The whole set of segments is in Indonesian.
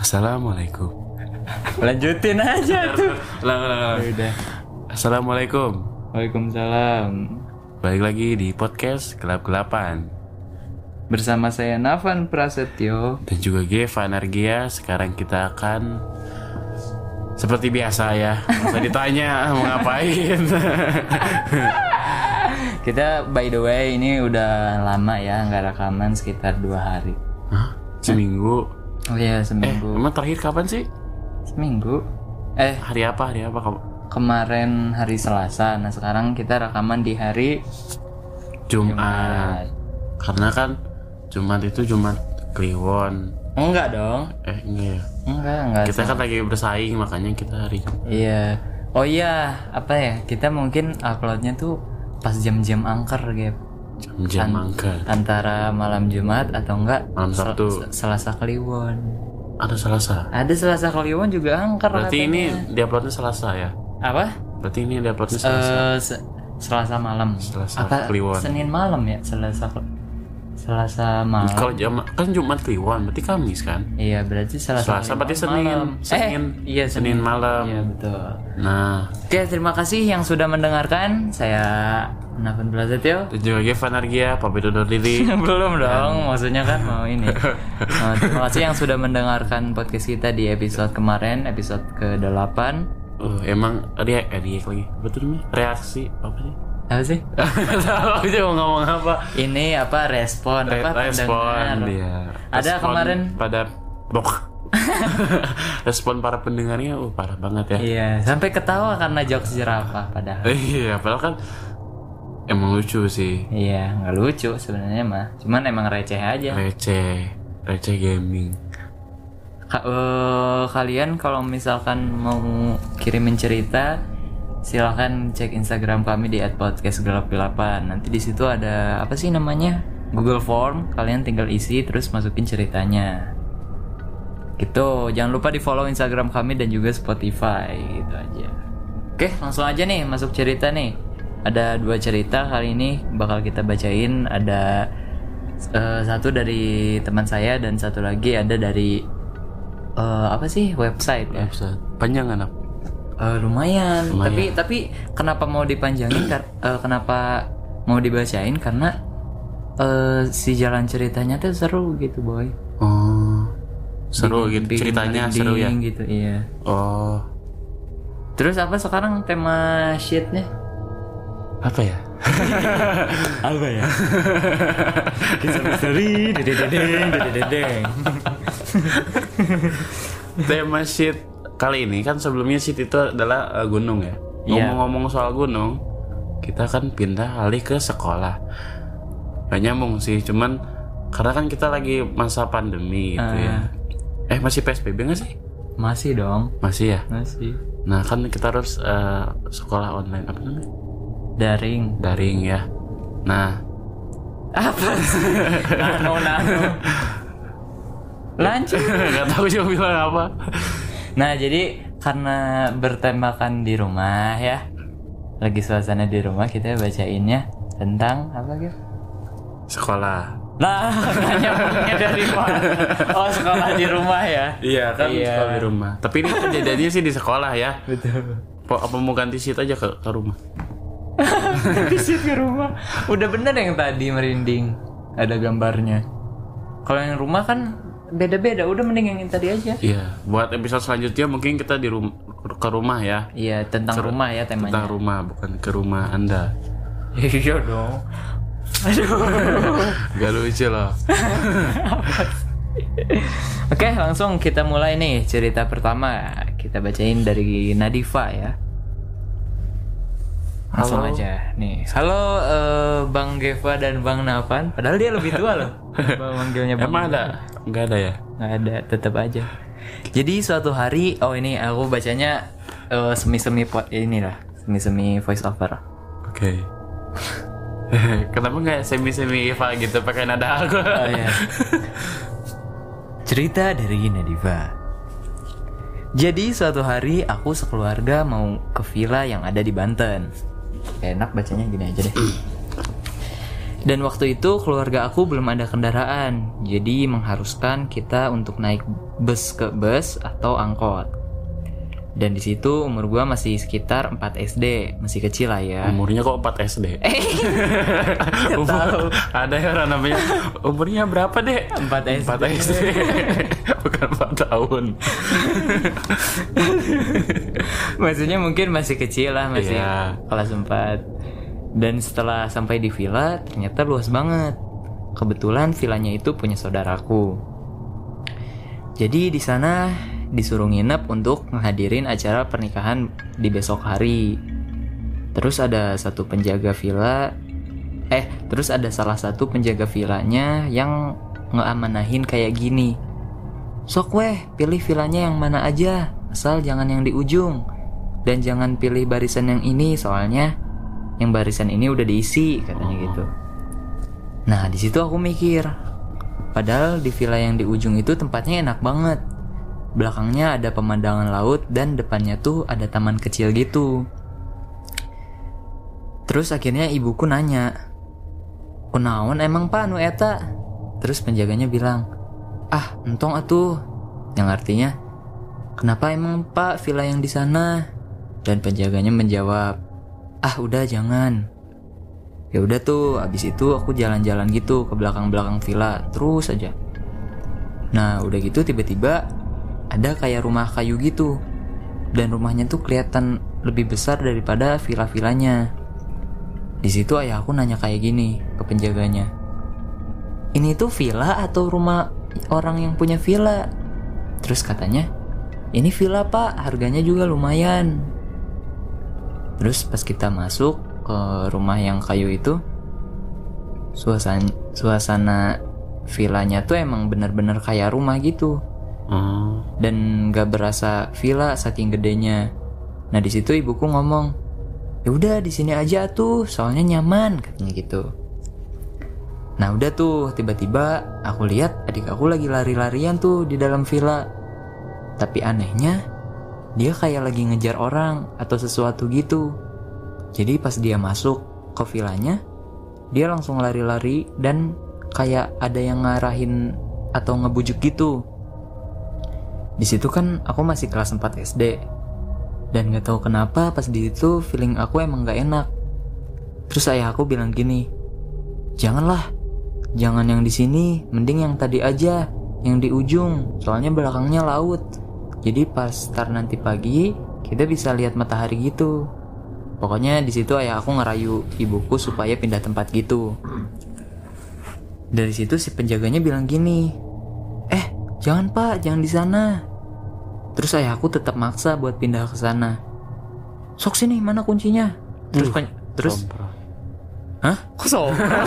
Assalamualaikum. Lanjutin aja tuh. Udah. Assalamualaikum. Waalaikumsalam. Balik lagi di podcast Gelap-Gelapan Bersama saya Navan Prasetyo dan juga Geva Nargia. Sekarang kita akan seperti biasa ya, masa ditanya mau ngapain. Kita by the way ini udah lama ya nggak rekaman, sekitar 2 hari. Hah? Seminggu? Oh iya seminggu. Emang terakhir kapan sih? Seminggu. Hari apa kamu? Kemarin hari Selasa. Nah sekarang kita rekaman di hari Jumat. Karena kan Jumat itu Jumat Kliwon. Enggak dong. Enggak ya. Enggak. Kita kan lagi bersaing, makanya kita hari Jumat. Iya. Oh iya, apa ya? Kita mungkin uploadnya tuh pas jam-jam angker gitu. Jam angker. Antara malam Jumat atau enggak Malam Sabtu. Selasa Kliwon. Ada Selasa. Ada Selasa Kliwon juga angker. Berarti katanya. ini diuploadnya Selasa ya? Apa? Berarti ini diuploadnya Selasa. Selasa malam. Selasa apa? Kliwon. Senin malam ya? Selasa malam. Kalau kan Jumat Kliwon, berarti Kamis kan? Iya, berarti Selasa berarti malam. Senin. Iya, Senin malam. Iya, betul. Nah, Oke, terima kasih yang sudah mendengarkan. Saya Navan Prasetyo. dan juga Geva Nargia, pamit undur diri. Belum dong, maksudnya kan mau ini. Terima kasih yang sudah mendengarkan podcast kita di episode kemarin, episode ke-8. Emang react lagi. Betul nih? Reaksi apa sih? Apa sih? Tahu aja mau ngomong apa. Ini apa respon Respon dia. Ada kemarin pada respon para pendengarnya parah banget ya. Iya, sampai ketawa karena jokes jerapah padahal. Iya, padahal kan emang lucu sih. Iya, nggak lucu sebenarnya mah. Cuman emang receh aja. Receh gaming. Kalian kalau misalkan mau kirimin cerita, silakan cek Instagram kami di @podcastgelap-gelapan. Nanti di situ ada apa sih namanya? Google Form. Kalian tinggal isi terus masukin ceritanya. Gitu. Jangan lupa di follow Instagram kami dan juga Spotify gitu aja. Oke, langsung aja nih masuk cerita nih. Ada 2 cerita kali ini bakal kita bacain. Ada satu dari teman saya dan satu lagi ada dari apa sih website ya? Panjang anak. Lumayan. Tapi kenapa mau dipanjangin? Kenapa mau dibacain? Karena si jalan ceritanya tuh seru gitu, boy. Oh, seru gitu ceritanya, seru ya. Gitu, iya. Oh. Terus apa sekarang tema shitnya? Apa ya? Apa ya? Kisah misteri, dedeng. Tema shit kali ini kan, sebelumnya shit itu adalah gunung ya. Ngomong-ngomong soal gunung, kita kan pindah alih ke sekolah. Gak nyambung sih, cuman karena kan kita lagi masa pandemi gitu ya. Masih PSBB gak sih? Masih dong. Masih ya? Masih. Nah kan kita harus sekolah online, apa namanya? Daring ya. Nah, apa sih? Nano. Lanjut. Gak tahu juga bilang apa. Nah jadi karena bertemakan di rumah ya, lagi suasana di rumah, kita bacainnya tentang apa gitu? Sekolah. Nah, nyambungnya dari mana? Oh, sekolah di rumah ya? Iya kan, Iya. sekolah di rumah. Tapi ini kejadiannya sih di sekolah ya. Betul. Apa mau ganti seat aja ke rumah? Visit ke rumah. Udah bener yang tadi merinding. Ada gambarnya. Kalau yang rumah kan beda-beda. Udah mending yang tadi aja. Iya. Buat episode selanjutnya mungkin kita ke rumah ya. Iya, tentang rumah ya temanya. Tentang rumah, bukan ke rumah Anda. Iya dong. Aduh. Gak lucu loh. Oke, langsung kita mulai nih cerita pertama. Kita bacain dari Nadifa ya. Langsung Halo. aja nih. Halo Bang Geva dan Bang Navan. Padahal dia lebih tua loh. Manggilnya Bang. Emang ada? Enggak ada ya? Nggak ada, tetap aja. Jadi suatu hari, ini aku bacanya semi-semi voice over. Oke. Kenapa nggak semi Eva gitu pakai nada aku? Oh, iya. Cerita dari Nadifa. Jadi suatu hari aku sekeluarga mau ke villa yang ada di Banten. Enak bacanya gini aja deh. Dan waktu itu keluarga aku belum ada kendaraan, jadi mengharuskan kita untuk naik bus atau angkot. Dan di situ umur gue masih sekitar 4 SD, masih kecil lah ya. Umurnya kok 4 SD? Ada ya orang namanya umurnya berapa deh? 4 SD. 4 SD. Bukan 4 tahun. Maksudnya mungkin masih kecil lah, masih kelas 4. Dan setelah sampai di villa, ternyata luas banget. Kebetulan villanya itu punya saudaraku. Jadi di sana disuruh nginep untuk menghadirin acara pernikahan di besok hari. Terus ada salah satu penjaga villanya yang ngeamanahin kayak gini. Sok weh, pilih villanya yang mana aja, asal jangan yang di ujung. Dan jangan pilih barisan yang ini, soalnya yang barisan ini udah diisi, katanya gitu. Nah di situ aku mikir, padahal di villa yang di ujung itu tempatnya enak banget. Belakangnya ada pemandangan laut dan depannya tuh ada taman kecil gitu. Terus akhirnya ibuku nanya, "Kunaon emang Pak nu eta?" Terus penjaganya bilang, "Ah, entong atuh." Yang artinya, "Kenapa emang Pak villa yang di sana?" Dan penjaganya menjawab, "Ah, udah jangan." Ya udah tuh, abis itu aku jalan-jalan gitu ke belakang-belakang villa terus aja. Nah, udah gitu tiba-tiba ada kayak rumah kayu gitu. Dan rumahnya tuh kelihatan lebih besar daripada villa-villanya. Di situ ayahku nanya kayak gini ke penjaganya, "Ini tuh villa atau rumah orang yang punya villa?" Terus katanya, "Ini villa Pak, harganya juga lumayan." Terus pas kita masuk ke rumah yang kayu itu, suasana villanya tuh emang bener-bener kayak rumah gitu. Dan gak berasa villa saking gedenya. Nah di situ ibuku ngomong, "Ya udah di sini aja tuh, soalnya nyaman," katanya gitu. Nah udah tuh, tiba-tiba aku lihat adik aku lagi lari-larian tuh di dalam villa. Tapi anehnya, dia kayak lagi ngejar orang atau sesuatu gitu. Jadi pas dia masuk ke villanya, dia langsung lari-lari dan kayak ada yang ngarahin atau ngebujuk gitu. Di situ kan aku masih kelas 4 SD. Dan gak tahu kenapa pas di situ feeling aku emang gak enak. Terus ayah aku bilang gini, "Janganlah, jangan yang di sini, mending yang tadi aja, yang di ujung, soalnya belakangnya laut. Jadi pas start nanti pagi, kita bisa lihat matahari gitu." Pokoknya di situ ayah aku ngerayu ibuku supaya pindah tempat gitu. Dari situ si penjaganya bilang gini, "Jangan Pak, jangan di sana." Terus ayahku tetap maksa buat pindah ke sana. "Sok sini, mana kuncinya?" Terus hah? Kok somprat?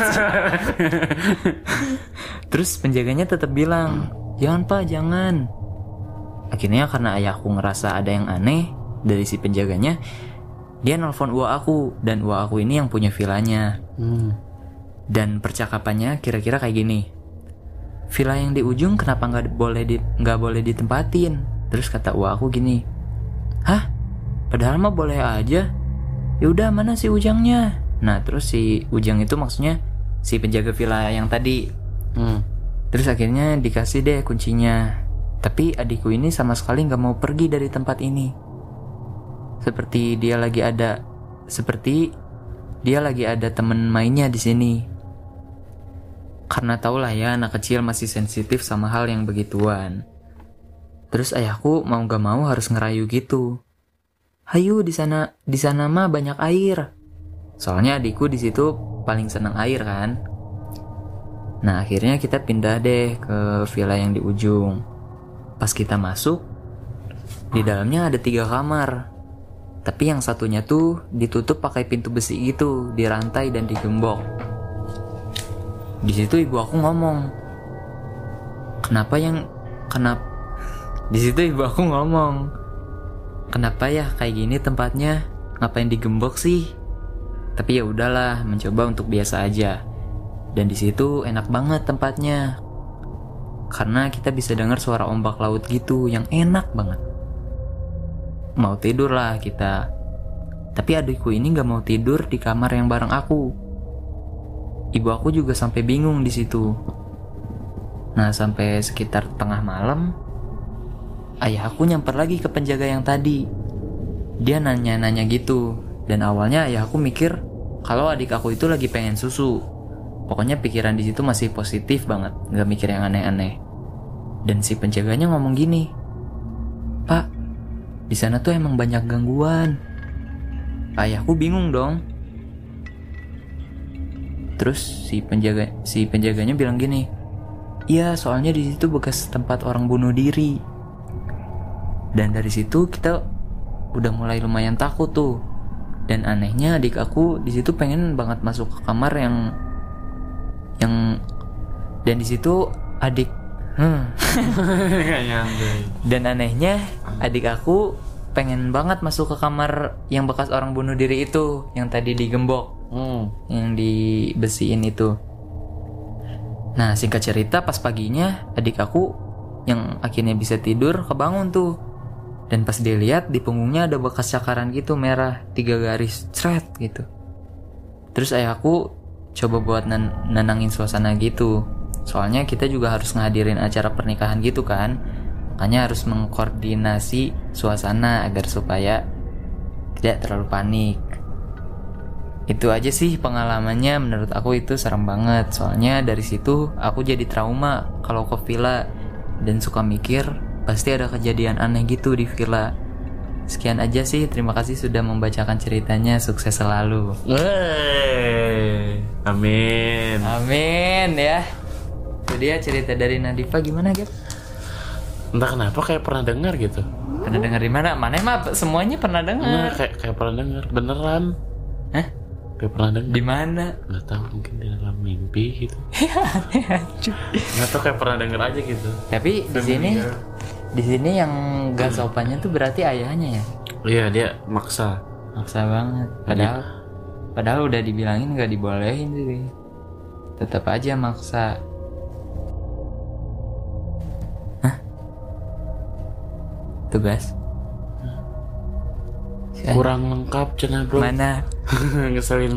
Terus penjaganya tetap bilang, "Jangan Pak, jangan." Akhirnya karena ayahku ngerasa ada yang aneh dari si penjaganya, dia nelpon uak aku, dan uak aku ini yang punya villanya. Dan percakapannya kira-kira kayak gini, "Villa yang di ujung kenapa nggak boleh ditempatin?" Terus kata uak aku gini, "Hah? Padahal mah boleh aja. Ya udah, mana si Ujangnya?" Nah terus si Ujang itu maksudnya si penjaga villa yang tadi. Terus akhirnya dikasih deh kuncinya. Tapi adikku ini sama sekali nggak mau pergi dari tempat ini. Seperti dia lagi ada temen mainnya di sini. Karena tau lah ya, anak kecil masih sensitif sama hal yang begituan. Terus ayahku mau gak mau harus ngerayu gitu. "Hayu, di sana mah banyak air." Soalnya adikku di situ paling seneng air kan. Nah akhirnya kita pindah deh ke villa yang di ujung. Pas kita masuk, di dalamnya ada 3 kamar. Tapi yang satunya tuh ditutup pakai pintu besi gitu, dirantai dan digembok. Di situ ibu aku ngomong, "Kenapa ya kayak gini tempatnya? Ngapain digembok sih?" Tapi ya udahlah, mencoba untuk biasa aja. Dan di situ enak banget tempatnya. Karena kita bisa dengar suara ombak laut gitu yang enak banget. Mau tidur lah kita. Tapi adikku ini gak mau tidur di kamar yang bareng aku. ibu aku juga sampai bingung di situ. Nah, sampai sekitar tengah malam, ayah aku nyamper lagi ke penjaga yang tadi. Dia nanya-nanya gitu. Dan awalnya ayah aku mikir kalau adik aku itu lagi pengen susu. Pokoknya pikiran di situ masih positif banget, nggak mikir yang aneh-aneh. Dan si penjaganya ngomong gini, "Pak, di sana tuh emang banyak gangguan." Ayahku bingung dong. Terus si penjaganya bilang gini, "Iya, soalnya di situ bekas tempat orang bunuh diri." Dan dari situ kita udah mulai lumayan takut tuh. Dan anehnya adik aku di situ pengen banget masuk ke kamar yang dan di situ adik dan anehnya adik aku pengen banget masuk ke kamar yang bekas orang bunuh diri itu, yang tadi digembok, yang dibesiin itu. Nah, singkat cerita, pas paginya adik aku yang akhirnya bisa tidur kebangun tuh. Dan pas dia lihat di punggungnya ada bekas cakaran gitu merah, 3 garis, cret gitu. Terus ayahku coba buat nenangin suasana gitu. Soalnya kita juga harus ngehadirin acara pernikahan gitu kan. Makanya harus mengkoordinasi suasana agar supaya tidak terlalu panik. Itu aja sih pengalamannya, menurut aku itu serem banget. Soalnya dari situ aku jadi trauma kalau ke villa dan suka mikir pasti ada kejadian aneh gitu di villa. Sekian aja sih, terima kasih sudah membacakan ceritanya, sukses selalu. Amin. Amin ya. Itu dia cerita dari Nadifa, gimana Gap? Entah kenapa kayak pernah dengar gitu. Pernah dengar di mana? Mana mah semuanya pernah dengar. Kayak pernah dengar, beneran. Hah? Kayak pernah dengar. Di mana? Nggak tahu, mungkin di dalam mimpi gitu. Nggak tahu, kayak pernah dengar aja gitu. Tapi di sini yang gak sopannya tuh berarti ayahnya ya? Iya, dia maksa banget. Padahal udah dibilangin gak dibolehin sih. Tetap aja maksa. Hah? Tugas? Kurang lengkap cenah bro. Mana? Ngeselin.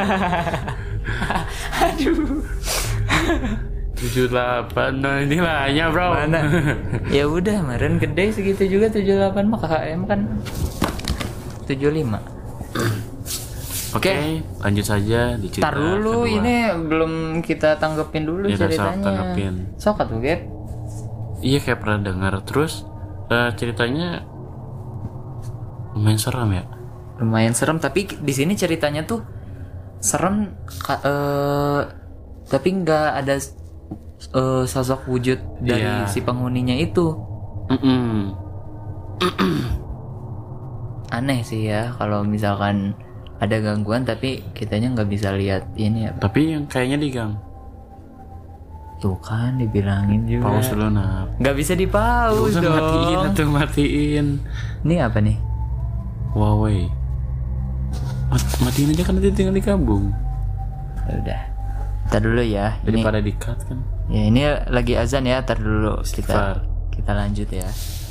Aduh. 78, nah ini lahnya bro. Mana? Ya udah, kemarin gede segitu juga 78 mah KKM kan 75. Oke, lanjut saja di cerita. Tar dulu, kedua. ini belum kita tanggepin dulu Ya, ceritanya. tanggepin. Sok atuh, Gap. Iya, kayak pernah dengar. Terus ceritanya lumayan serem ya. Lumayan serem, tapi di sini ceritanya tuh serem tapi nggak ada sosok wujud dari si penghuninya itu. Aneh sih ya kalau misalkan ada gangguan tapi kitanya nggak bisa lihat ini ya. Tapi yang kayaknya di gang. Tuh kan dibilangin juga. Pause dulu nah. Nggak bisa dipause dong. Matiin. Ini apa nih? Huawei. Matiin aja kan, nanti tinggal digabung. Ya udah. Tar dulu ya. Daripada di-cut kan. Ya ini lagi azan ya. Tar dulu kita lanjut ya.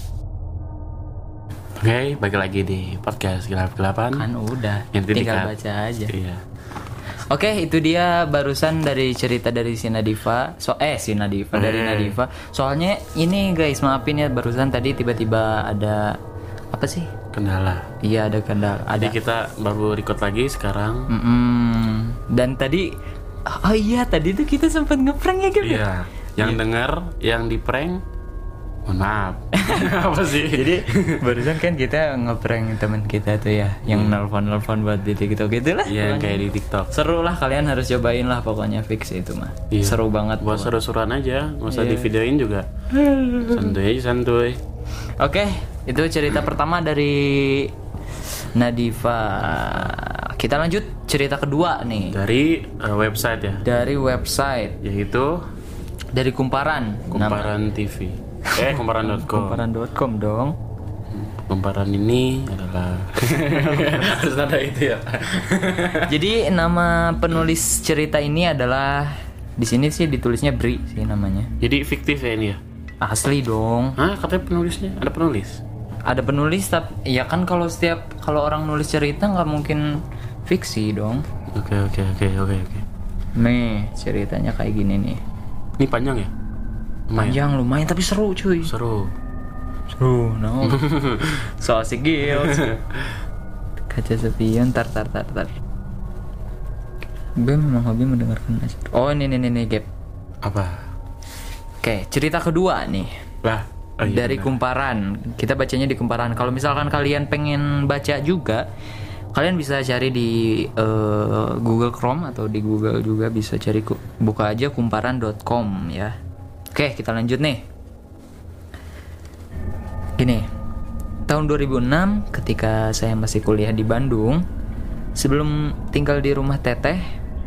Oke, balik lagi di podcast gelap-gelapan. Kan udah. Yang tinggal baca aja. Iya. Oke, itu dia barusan dari cerita dari si Nadifa. Dari Nadifa. Soalnya ini guys, maafin ya, barusan tadi tiba-tiba ada apa sih? Kendala. Iya, ada kendala. Jadi kita baru record lagi sekarang. Dan tadi tadi tuh kita sempat ngeprank ya, Gap. Iya. Yang dengar, yang di prank, mohon maaf. Apa sih? Jadi barusan kan kita ngeprank teman kita tuh ya, yang nelpon buat di TikTok gitu lah. Iya, kayak di TikTok. Seru lah, kalian harus cobain lah, pokoknya fix itu mah. Iya. Seru banget. Buat seru-seruan aja, nggak usah divideoin juga. Santuy. Oke, itu cerita pertama dari Nadifa. Kita lanjut cerita kedua nih. Dari website ya. Dari website, Yaitu dari Kumparan. Kumparan TV. Kumparan.com. Kumparan.com dong. Kumparan ini adalah harus ada itu ya. Jadi nama penulis cerita ini adalah, di sini sih ditulisnya Bri sih namanya. Jadi fiktif ya ini ya. Asli dong. Hah, katanya penulisnya ada penulis. Ada penulis, tapi ya kan kalau kalau orang nulis cerita nggak mungkin fiksi dong. Oke. Nih ceritanya kayak gini nih. Ini panjang ya? Panjang lumayan tapi seru cuy. Seru. No. So asik gitu. Kaca spion tar. Gue memang hobi mendengarkan acara. Oh ini Gap. Apa? Oke, cerita kedua nih. Lah, dari Kumparan. Kita bacanya di Kumparan. Kalau misalkan kalian pengen baca juga, kalian bisa cari di Google Chrome atau di Google juga bisa cari, buka aja kumparan.com ya. Oke, kita lanjut nih. Gini, tahun 2006 ketika saya masih kuliah di Bandung, sebelum tinggal di rumah Teteh,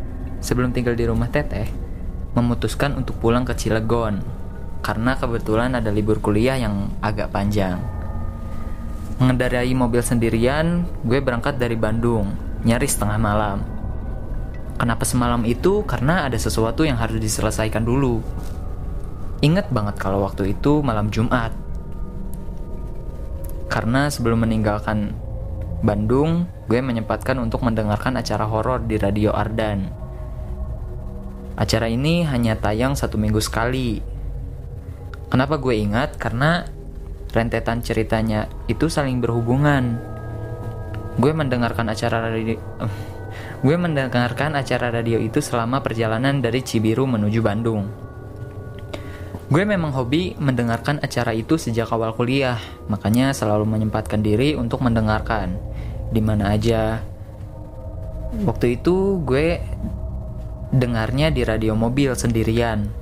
memutuskan untuk pulang ke Cilegon karena kebetulan ada libur kuliah yang agak panjang. Mengendarai mobil sendirian, gue berangkat dari Bandung, nyaris tengah malam. Kenapa semalam itu? Karena ada sesuatu yang harus diselesaikan dulu. Ingat banget kalau waktu itu malam Jumat. Karena sebelum meninggalkan Bandung, gue menyempatkan untuk mendengarkan acara horor di Radio Ardan. Acara ini hanya tayang 1 minggu sekali. Kenapa gue ingat? Karena rentetan ceritanya itu saling berhubungan. Gue mendengarkan acara radio itu selama perjalanan dari Cibiru menuju Bandung. Gue memang hobi mendengarkan acara itu sejak awal kuliah, makanya selalu menyempatkan diri untuk mendengarkan di mana aja. Waktu itu gue dengarnya di radio mobil sendirian.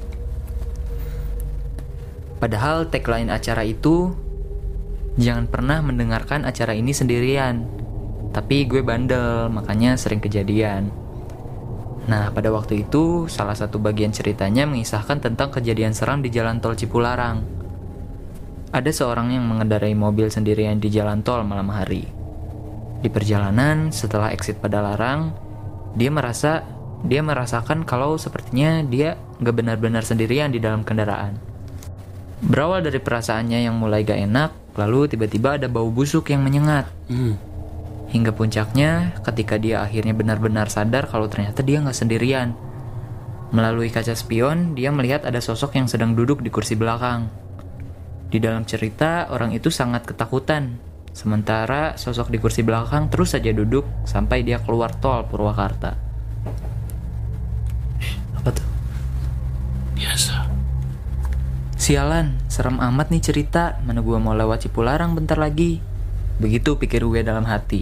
Padahal tagline acara itu, jangan pernah mendengarkan acara ini sendirian. Tapi gue bandel, makanya sering kejadian. Nah, pada waktu itu, salah satu bagian ceritanya mengisahkan tentang kejadian seram di jalan tol Cipularang. Ada seorang yang mengendarai mobil sendirian di jalan tol malam hari. Di perjalanan, setelah exit Padalarang, dia merasakan kalau sepertinya dia gak benar-benar sendirian di dalam kendaraan. Berawal dari perasaannya yang mulai gak enak, lalu tiba-tiba ada bau busuk yang menyengat. Hingga puncaknya ketika dia akhirnya benar-benar sadar kalau ternyata dia gak sendirian. Melalui kaca spion, dia melihat ada sosok yang sedang duduk di kursi belakang. Di dalam cerita, orang itu sangat ketakutan. Sementara sosok di kursi belakang terus saja duduk sampai dia keluar tol Purwakarta. Apa tuh? Biasa. Sialan, serem amat nih cerita. Mana gua mau lewat Cipularang bentar lagi. Begitu pikir gue dalam hati.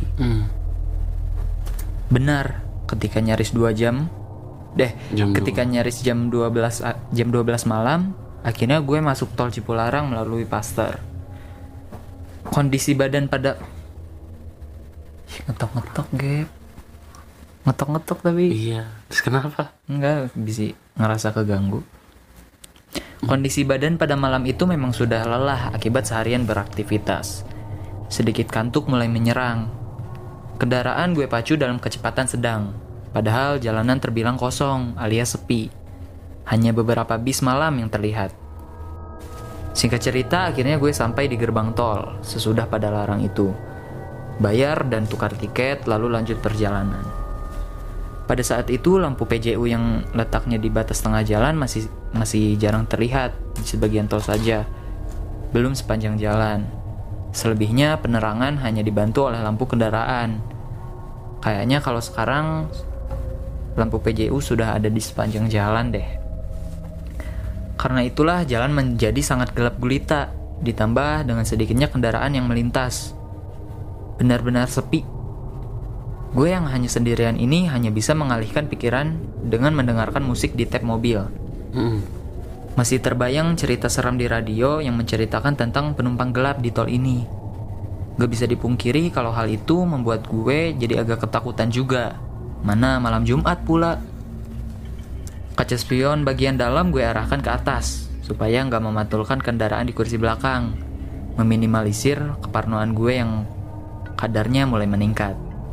Benar, ketika nyaris 2 jam. Ketika nyaris jam 12 malam, akhirnya gue masuk tol Cipularang melalui Paster. Kondisi badan pada ngetok-ngetok, Gap. Ngetok-ngetok tapi. Iya, terus kenapa? Enggak, bisa ngerasa keganggu. Kondisi badan pada malam itu memang sudah lelah akibat seharian beraktivitas. Sedikit kantuk mulai menyerang. Kendaraan gue pacu dalam kecepatan sedang. Padahal jalanan terbilang kosong alias sepi. Hanya beberapa bis malam yang terlihat. Singkat cerita, akhirnya gue sampai di gerbang tol sesudah Padalarang itu. Bayar dan tukar tiket lalu lanjut perjalanan. Pada saat itu lampu PJU yang letaknya di batas tengah jalan masih jarang terlihat, di sebagian tol saja. Belum sepanjang jalan. Selebihnya penerangan hanya dibantu oleh lampu kendaraan. Kayaknya kalau sekarang lampu PJU sudah ada di sepanjang jalan deh. Karena itulah jalan menjadi sangat gelap gulita, ditambah dengan sedikitnya kendaraan yang melintas. Benar-benar sepi. Gue yang hanya sendirian ini hanya bisa mengalihkan pikiran dengan mendengarkan musik di tap mobil. Masih terbayang cerita seram di radio yang menceritakan tentang penumpang gelap di tol ini. Gak bisa dipungkiri kalau hal itu membuat gue jadi agak ketakutan juga. Mana malam Jumat pula. Kaca spion bagian dalam gue arahkan ke atas supaya gak memantulkan kendaraan di kursi belakang, meminimalisir keparnoan gue yang kadarnya mulai meningkat.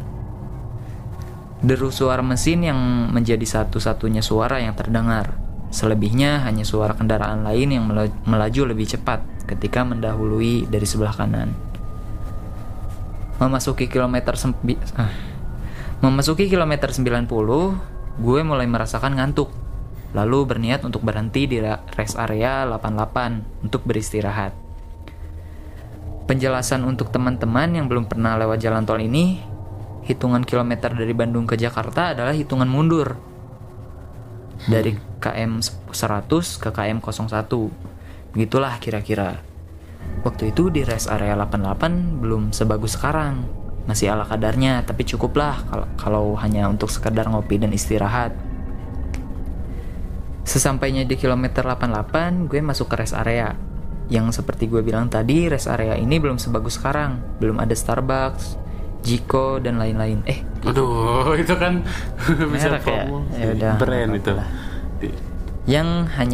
Deru suara mesin yang menjadi satu-satunya suara yang terdengar. Selebihnya hanya suara kendaraan lain yang melaju lebih cepat ketika mendahului dari sebelah kanan. Memasuki kilometer 90, gue mulai merasakan ngantuk. Lalu berniat untuk berhenti di rest area 88 untuk beristirahat. Penjelasan untuk teman-teman yang belum pernah lewat jalan tol ini, hitungan kilometer dari Bandung ke Jakarta adalah hitungan mundur. Dari KM 100 ke KM 01. Begitulah kira-kira. Waktu itu di rest area 88 belum sebagus sekarang. Masih ala kadarnya, tapi cukuplah kalau hanya untuk sekedar ngopi dan istirahat. Sesampainya di kilometer 88, gue masuk ke rest area. Yang seperti gue bilang tadi, rest area ini belum sebagus sekarang. Belum ada Starbucks, Jiko, dan lain-lain. Aduh, itu kan bisa promo ya, brand itu. Yang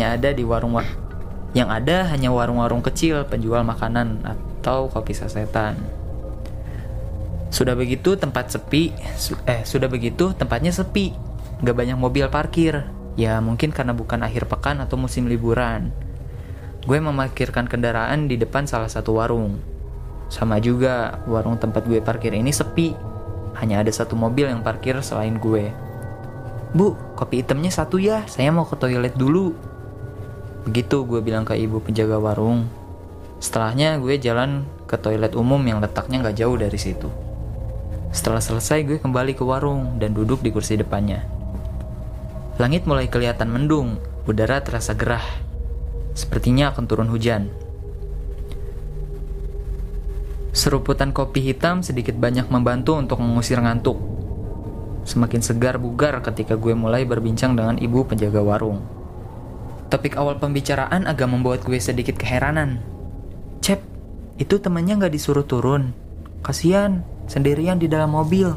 ada hanya warung-warung kecil penjual makanan atau kopi sasetan. Sudah begitu tempatnya sepi. Gak banyak mobil parkir. Ya mungkin karena bukan akhir pekan atau musim liburan. Gue memarkirkan kendaraan di depan salah satu warung. Sama juga, warung tempat gue parkir ini sepi. Hanya ada satu mobil yang parkir selain gue. Bu, kopi hitamnya 1 ya, saya mau ke toilet dulu. Begitu gue bilang ke ibu penjaga warung. Setelahnya gue jalan ke toilet umum yang letaknya gak jauh dari situ. Setelah selesai gue kembali ke warung dan duduk di kursi depannya. Langit mulai kelihatan mendung, udara terasa gerah. Sepertinya akan turun hujan. Seruputan kopi hitam sedikit banyak membantu untuk mengusir ngantuk. Semakin segar bugar ketika gue mulai berbincang dengan ibu penjaga warung. Topik awal pembicaraan agak membuat gue sedikit keheranan. Cep, itu temannya gak disuruh turun. Kasian, sendirian di dalam mobil.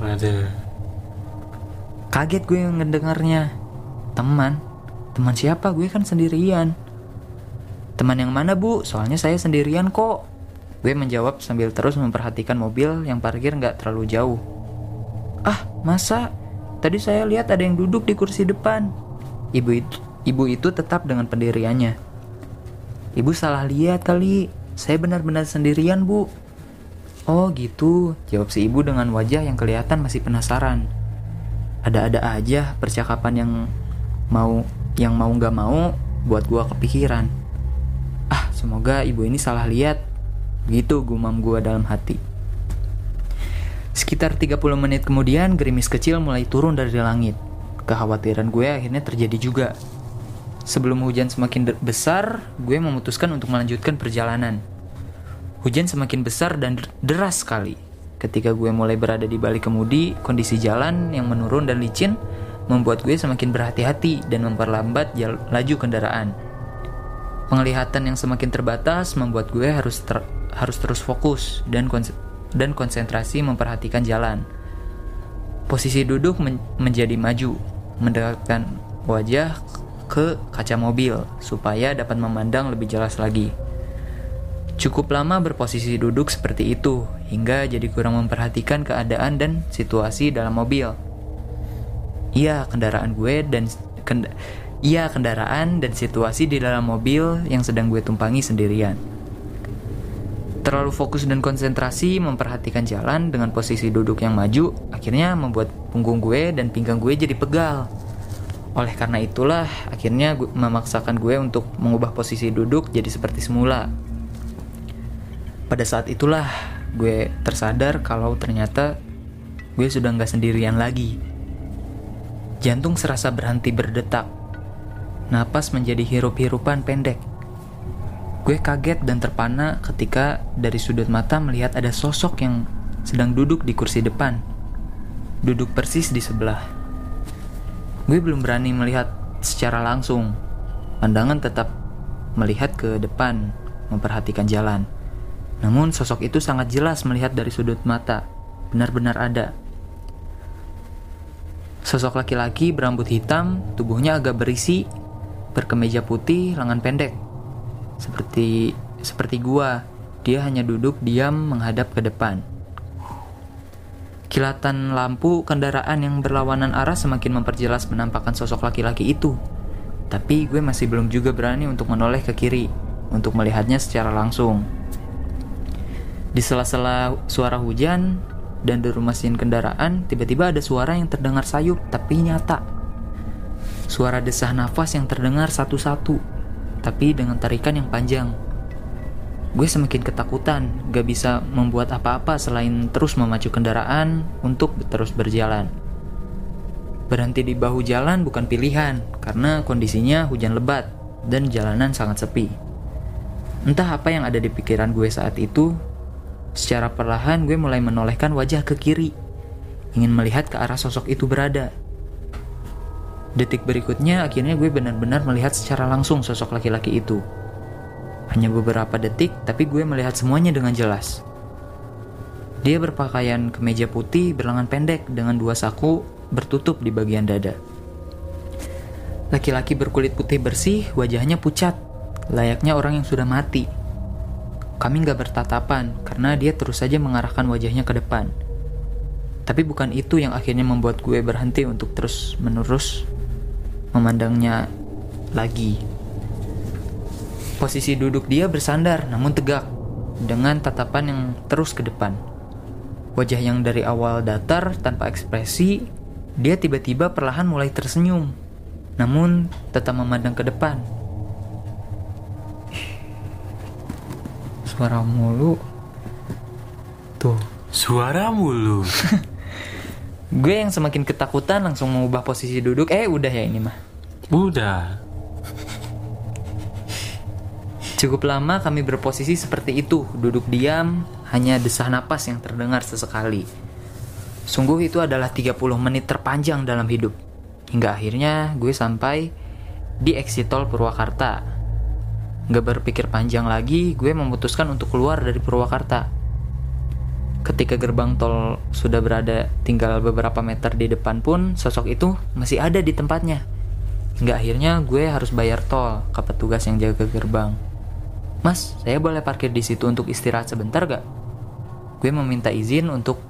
Kaget gue ngedengarnya. Teman siapa? Gue kan sendirian. Teman yang mana bu? Soalnya saya sendirian kok. Gue menjawab sambil terus memperhatikan mobil yang parkir gak terlalu jauh. Ah, masa? Tadi saya lihat ada yang duduk di kursi depan. Ibu itu tetap dengan pendiriannya. Ibu salah lihat kali. Saya benar-benar sendirian bu. Oh gitu, jawab si ibu dengan wajah yang kelihatan masih penasaran. Ada-ada aja percakapan yang mau gak mau buat gua kepikiran. Ah, semoga ibu ini salah lihat. Gitu gumam gua dalam hati. Sekitar 30 menit kemudian gerimis kecil mulai turun dari langit. Kekhawatiran gue akhirnya terjadi juga. Sebelum hujan semakin besar, gue memutuskan untuk melanjutkan perjalanan. Hujan semakin besar dan deras sekali. Ketika gue mulai berada di balik kemudi, kondisi jalan yang menurun dan licin membuat gue semakin berhati-hati dan memperlambat laju kendaraan. Penglihatan yang semakin terbatas membuat gue harus terus fokus dan konsentrasi memperhatikan jalan. Posisi duduk menjadi maju, mendekatkan wajah ke kaca mobil supaya dapat memandang lebih jelas lagi. Cukup lama berposisi duduk seperti itu hingga jadi kurang memperhatikan keadaan dan situasi dalam mobil. Kendaraan dan situasi di dalam mobil yang sedang gue tumpangi sendirian. Terlalu fokus dan konsentrasi memperhatikan jalan dengan posisi duduk yang maju akhirnya membuat punggung gue dan pinggang gue jadi pegal. Oleh karena itulah akhirnya gue memaksakan gue untuk mengubah posisi duduk jadi seperti semula. Pada saat itulah gue tersadar kalau ternyata gue sudah gak sendirian lagi. Jantung serasa berhenti berdetak. Napas menjadi hirup-hirupan pendek. Gue kaget dan terpana ketika dari sudut mata melihat ada sosok yang sedang duduk di kursi depan. Duduk persis di sebelah. Gue belum berani melihat secara langsung. Pandangan tetap melihat ke depan, memperhatikan jalan. Namun sosok itu sangat jelas melihat dari sudut mata. Benar-benar ada. Sosok laki-laki berambut hitam, tubuhnya agak berisi, berkemeja putih, lengan pendek. Seperti gua, dia hanya duduk diam menghadap ke depan. Kilatan lampu kendaraan yang berlawanan arah semakin memperjelas penampakan sosok laki-laki itu. Tapi gue masih belum juga berani untuk menoleh ke kiri, untuk melihatnya secara langsung. Di sela-sela suara hujan dan deru mesin kendaraan, tiba-tiba ada suara yang terdengar sayup tapi nyata. Suara desah nafas yang terdengar satu-satu, tapi dengan tarikan yang panjang. Gue semakin ketakutan, gak bisa membuat apa-apa selain terus memacu kendaraan untuk terus berjalan. Berhenti di bahu jalan bukan pilihan, karena kondisinya hujan lebat dan jalanan sangat sepi. Entah apa yang ada di pikiran gue saat itu, secara perlahan gue mulai menolehkan wajah ke kiri, ingin melihat ke arah sosok itu berada. Detik berikutnya akhirnya gue benar-benar melihat secara langsung sosok laki-laki itu. Hanya beberapa detik, tapi gue melihat semuanya dengan jelas. Dia berpakaian kemeja putih berlengan pendek dengan 2 saku bertutup di bagian dada. Laki-laki berkulit putih bersih, wajahnya pucat, layaknya orang yang sudah mati. Kami gak bertatapan karena dia terus saja mengarahkan wajahnya ke depan. Tapi bukan itu yang akhirnya membuat gue berhenti untuk terus-menerus memandangnya lagi. Posisi duduk dia bersandar namun tegak, dengan tatapan yang terus ke depan. Wajah yang dari awal datar tanpa ekspresi, dia tiba-tiba perlahan mulai tersenyum, namun tetap memandang ke depan. Suara mulu. Tuh, suara mulu. Gue yang semakin ketakutan langsung mengubah posisi duduk. Udah ya ini mah. Udah. Cukup lama kami berposisi seperti itu, duduk diam, hanya desah napas yang terdengar sesekali. Sungguh itu adalah 30 menit terpanjang dalam hidup. Hingga akhirnya gue sampai di exit tol Purwakarta. Gak berpikir panjang lagi, gue memutuskan untuk keluar dari Purwakarta. Ketika gerbang tol sudah berada tinggal beberapa meter di depan pun, sosok itu masih ada di tempatnya. Hingga akhirnya gue harus bayar tol ke petugas yang jaga gerbang. Mas, saya boleh parkir di situ untuk istirahat sebentar gak? Gue meminta izin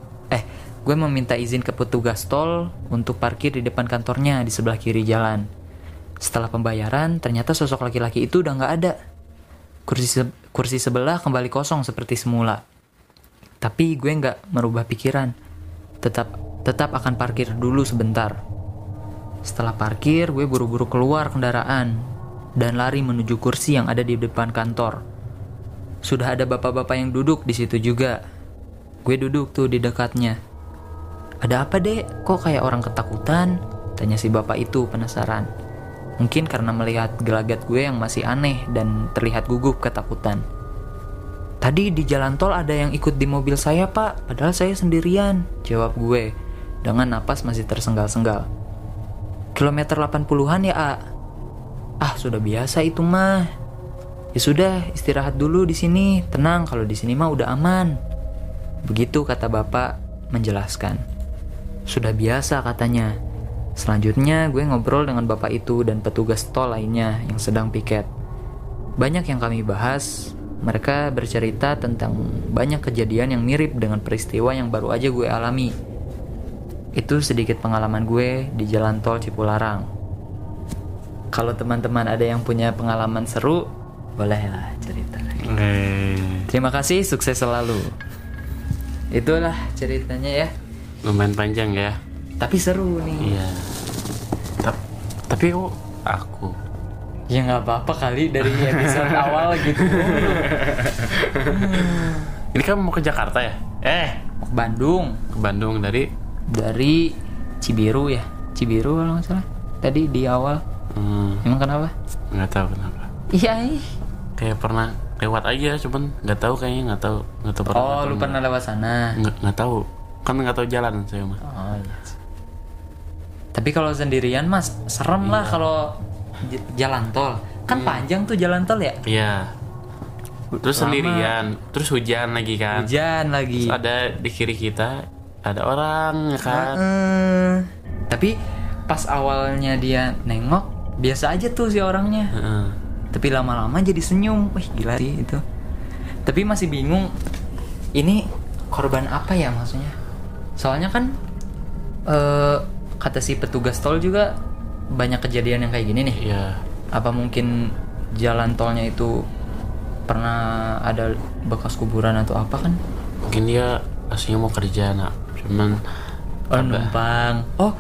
ke petugas tol untuk parkir di depan kantornya di sebelah kiri jalan. Setelah pembayaran, ternyata sosok laki-laki itu udah gak ada. Kursi sebelah kembali kosong seperti semula. Tapi gue gak merubah pikiran. Tetap akan parkir dulu sebentar. Setelah parkir, gue buru-buru keluar kendaraan dan lari menuju kursi yang ada di depan kantor. Sudah ada bapak-bapak yang duduk di situ juga. Gue duduk tuh di dekatnya. Ada apa dek? Kok kayak orang ketakutan? Tanya si bapak itu penasaran. Mungkin karena melihat gelagat gue yang masih aneh dan terlihat gugup ketakutan. Tadi di jalan tol ada yang ikut di mobil saya pak, padahal saya sendirian, jawab gue dengan napas masih tersenggal-senggal. Kilometer 80-an ya A? Ah sudah biasa itu mah. Ya sudah istirahat dulu di sini, tenang kalau di sini mah udah aman. Begitu kata bapak menjelaskan. Sudah biasa katanya. Selanjutnya gue ngobrol dengan bapak itu dan petugas tol lainnya yang sedang piket. Banyak yang kami bahas. Mereka bercerita tentang banyak kejadian yang mirip dengan peristiwa yang baru aja gue alami. Itu sedikit pengalaman gue di jalan tol Cipularang. Kalau teman-teman ada yang punya pengalaman seru, bolehlah cerita. Terima kasih, sukses selalu. Itulah ceritanya ya. Lumayan panjang ya. Tapi seru nih. Iya. Tapi aku. Ya nggak apa-apa kali dari episode awal gitu. Ini kan mau ke Jakarta ya? Mau ke Bandung. Ke Bandung dari Cibiru ya. Cibiru kalau nggak salah. Tadi di awal. Emang kenapa? Nggak tahu kenapa. Iya. Kayak pernah lewat aja, cuman nggak tahu kayaknya nggak tahu pernah. Oh, lu pernah lewat sana? Nggak tahu. Kan nggak tahu jalan saya mah. Oh iya. Tapi kalau sendirian mas serem lah kalau jalan tol. Kan panjang tuh jalan tol ya? Iya. Terus Lama. sendirian, terus hujan lagi kan? Hujan lagi. Terus ada di kiri kita ada orang ya kan? Tapi pas awalnya dia nengok biasa aja tuh si orangnya. Tapi lama-lama jadi senyum. Wih gila sih itu. Tapi masih bingung. Ini korban apa ya maksudnya? Soalnya kan kata si petugas tol juga banyak kejadian yang kayak gini nih. Iya. Apa mungkin jalan tolnya itu pernah ada bekas kuburan atau apa kan? Mungkin dia aslinya mau kerja nak, cuman numpang. Oh,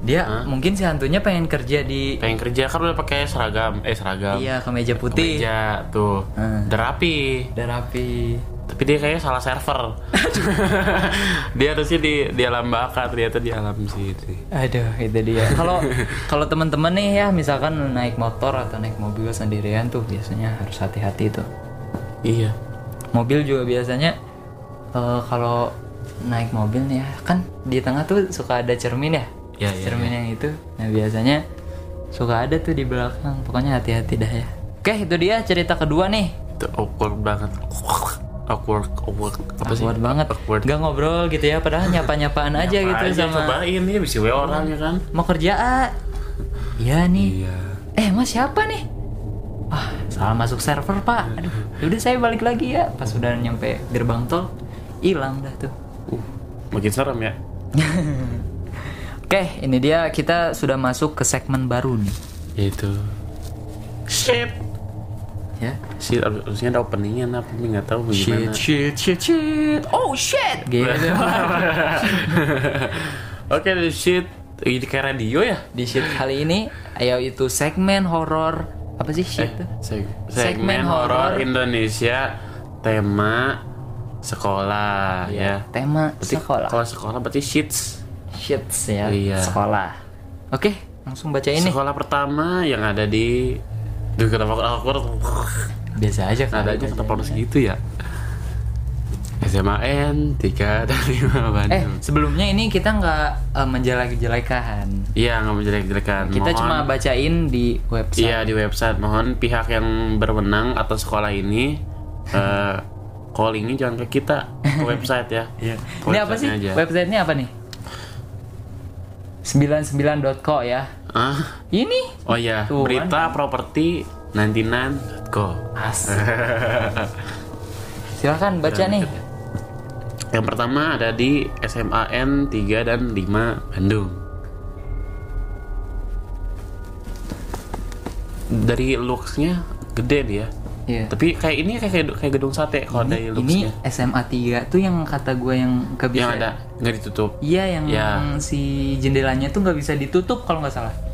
Dia mungkin si hantunya pengen kerja kan udah pakai seragam. Iya, kemeja putih. Kemeja tuh. Udah rapi. Tapi dia kayaknya salah server. Dia harusnya di alam baka, ternyata di alam situ. Aduh, itu dia. Kalau teman-teman nih ya, misalkan naik motor atau naik mobil sendirian tuh biasanya harus hati-hati tuh. Iya. Mobil juga biasanya kalau naik mobil nih ya, kan di tengah tuh suka ada cermin ya. Cermin yang itu. Nah, biasanya suka ada tuh di belakang. Pokoknya hati-hati dah ya. Oke, itu dia cerita kedua nih. Itu awkward banget. Awkward apa sih? Awkward banget. Gak ngobrol gitu ya, padahal nyapa-nyapaan aja gitu sama. Cobain ya, bisa orang ya kan. Mau kerja Iya nih. Iya. Mas siapa nih? Salah masuk server pak. Aduh, udah saya balik lagi ya. Pas udah nyampe gerbang tol, hilang dah tuh. Makin serem ya. Oke, ini dia, kita sudah masuk ke segmen baru nih. Yaitu shit. Ya. Shit, harusnya ada openingnya, tapi nggak tahu bagaimana. Shit. Oh shit. Gitu. Oke, di shit. Ini kayak radio ya. Di shit kali ini, itu segmen horor. Apa sih shit tuh? Segmen horor Indonesia, tema sekolah ya. Tema sekolah. Kalau sekolah berarti shits ya. Iya. Sekolah. Oke, langsung baca ini. Sekolah pertama yang ada di kenapa aku biasa aja kan. ada aja kenapa harus gitu ya. SMAN 3 dan 5 Bandung. Sebelumnya ini kita nggak menjelek-jelekan. Iya, nggak menjelek-jelekan. Kita cuma bacain di website. Iya, di website. Mohon pihak yang berwenang atas sekolah ini callingnya jangan ke kita, ke website ya. Iya. Ini apa sih? Websitenya apa nih? 99.co ya. Ini? Oh iya, berita properti 99.co. Asik. Silakan baca nih. Yang pertama ada di SMAN 3 dan 5 Bandung. Dari looks-nya gede dia. Iya. Tapi kayak gedung sate kalau dari looks-nya. Ini SMA 3 tuh yang kata gue yang gak bisa. Yang ada nggak ditutup. Iya, yang si jendelanya tuh nggak bisa ditutup kalau nggak salah.